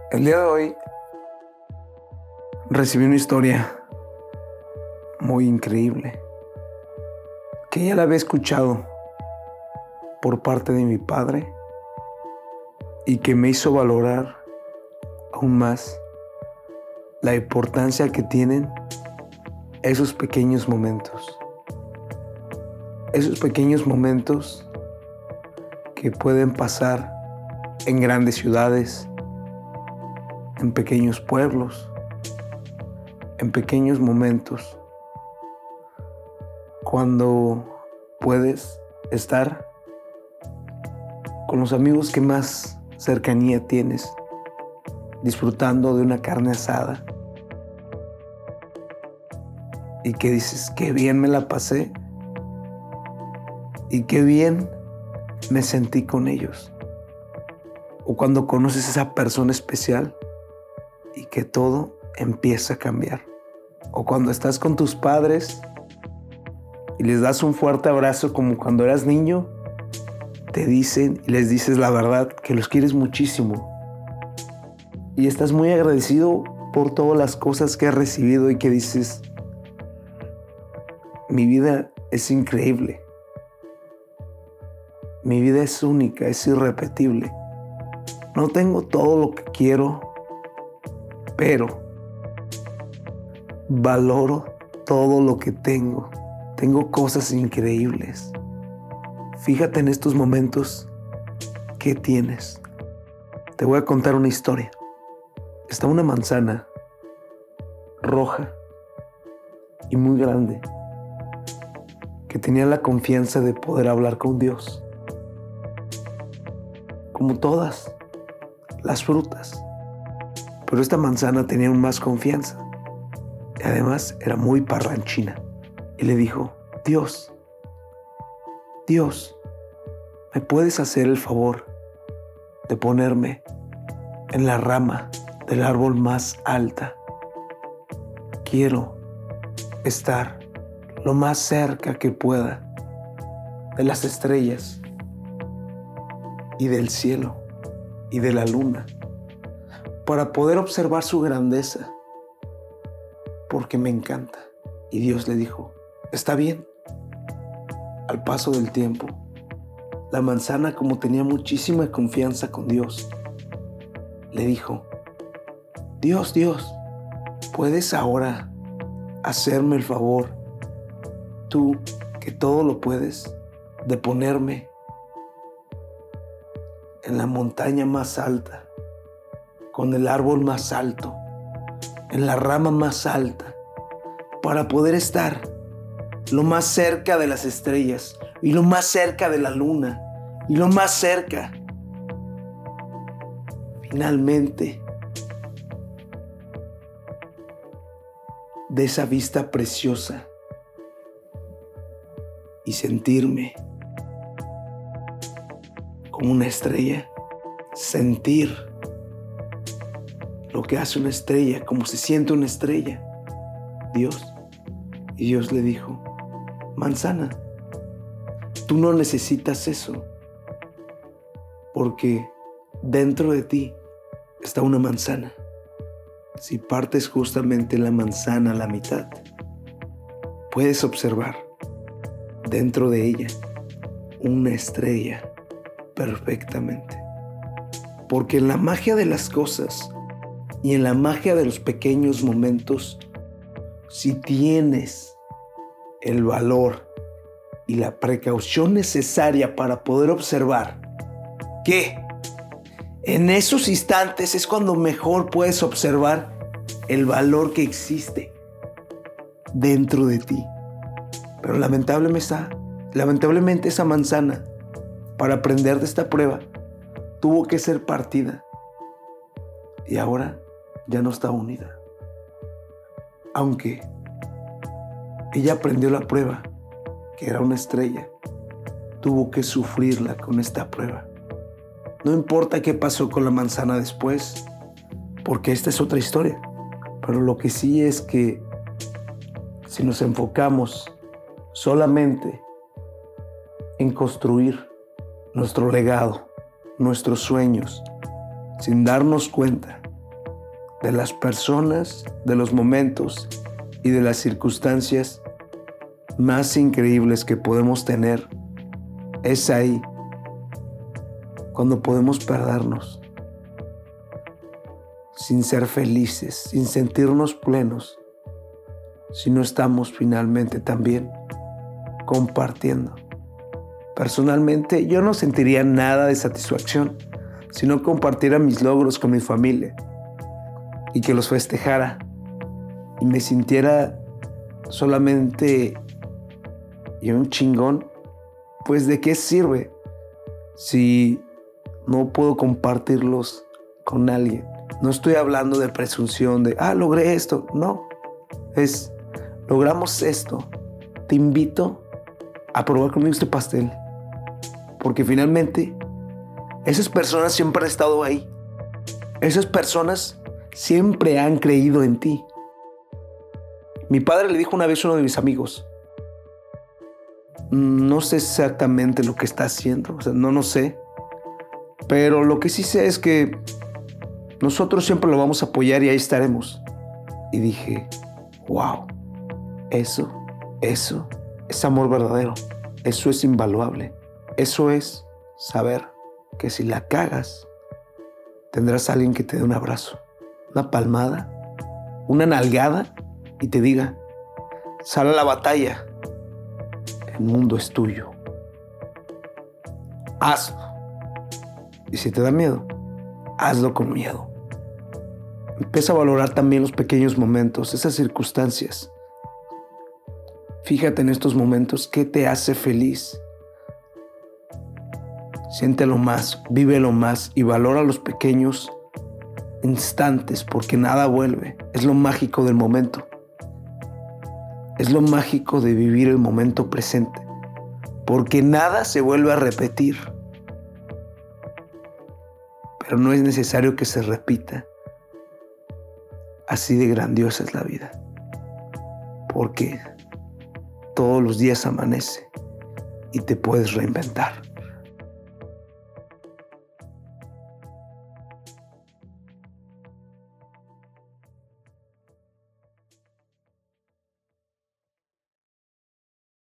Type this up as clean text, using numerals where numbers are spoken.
El día de hoy recibí una historia muy increíble que ya la había escuchado por parte de mi padre y que me hizo valorar aún más la importancia que tienen esos pequeños momentos. Esos pequeños momentos que pueden pasar en grandes ciudades, en pequeños pueblos, en pequeños momentos, cuando puedes estar con los amigos que más cercanía tienes, disfrutando de una carne asada y que dices, qué bien me la pasé y qué bien me sentí con ellos. O cuando conoces a esa persona especial y que todo empieza a cambiar. O cuando estás con tus padres y les das un fuerte abrazo como cuando eras niño, te dicen y les dices la verdad que los quieres muchísimo. Y estás muy agradecido por todas las cosas que has recibido y que dices, mi vida es increíble. Mi vida es única, es irrepetible. No tengo todo lo que quiero, pero valoro todo lo que tengo. Tengo cosas increíbles. Fíjate en estos momentos que tienes. Te voy a contar una historia. Está una manzana roja y muy grande que tenía la confianza de poder hablar con Dios. Como todas las frutas. Pero esta manzana tenía aún más confianza. Y además era muy parlanchina. Y le dijo, Dios, ¿me puedes hacer el favor de ponerme en la rama del árbol más alta? Quiero estar lo más cerca que pueda de las estrellas y del cielo y de la luna para poder observar su grandeza, porque me encanta. Y Dios le dijo, está bien. Al paso del tiempo, la manzana, como tenía muchísima confianza con Dios, le dijo, Dios, ¿puedes ahora hacerme el favor, tú que todo lo puedes, de ponerme en la montaña más alta, con el árbol más alto, en la rama más alta, para poder estar lo más cerca de las estrellas y lo más cerca de la luna y lo más cerca, finalmente, de esa vista preciosa y sentirme como una estrella, sentir lo que hace una estrella, como se siente una estrella, Dios. Y Dios le dijo, manzana, tú no necesitas eso, porque dentro de ti está una manzana. Si partes justamente la manzana a la mitad, puedes observar dentro de ella una estrella perfectamente. Porque en la magia de las cosas y en la magia de los pequeños momentos, si tienes el valor y la precaución necesaria para poder observar que en esos instantes es cuando mejor puedes observar el valor que existe dentro de ti. Pero lamentablemente esa manzana, para aprender de esta prueba, tuvo que ser partida y ahora ya no está unida. Aunque ella aprendió la prueba, que era una estrella, tuvo que sufrirla con esta prueba. No importa qué pasó con la manzana después, porque esta es otra historia. Pero lo que sí es que si nos enfocamos solamente en construir nuestro legado, nuestros sueños, sin darnos cuenta de las personas, de los momentos y de las circunstancias más increíbles que podemos tener es ahí, cuando podemos perdernos, sin ser felices, sin sentirnos plenos, si no estamos finalmente también compartiendo. Personalmente, yo no sentiría nada de satisfacción si no compartiera mis logros con mi familia y que los festejara y me sintiera solamente yo un chingón. Pues ¿de qué sirve si no puedo compartirlos con alguien? No estoy hablando de presunción de, logré esto. No, es, logramos esto. Te invito a probar conmigo este pastel. Porque finalmente, esas personas siempre han estado ahí. Esas personas siempre han creído en ti. Mi padre le dijo una vez a uno de mis amigos, no sé exactamente lo que está haciendo, no sé, pero lo que sí sé es que nosotros siempre lo vamos a apoyar y ahí estaremos. Y dije, wow, eso es amor verdadero, eso es invaluable, eso es saber que si la cagas, tendrás a alguien que te dé un abrazo, una palmada, una nalgada y te diga, sal a la batalla. El mundo es tuyo. Hazlo. Y si te da miedo, hazlo con miedo. Empieza a valorar también los pequeños momentos, esas circunstancias. Fíjate en estos momentos, ¿qué te hace feliz? Siéntelo más, vívelo más y valora los pequeños instantes, porque nada vuelve. Es lo mágico del momento. Es lo mágico de vivir el momento presente, porque nada se vuelve a repetir. Pero no es necesario que se repita. Así de grandiosa es la vida, porque todos los días amanece y te puedes reinventar.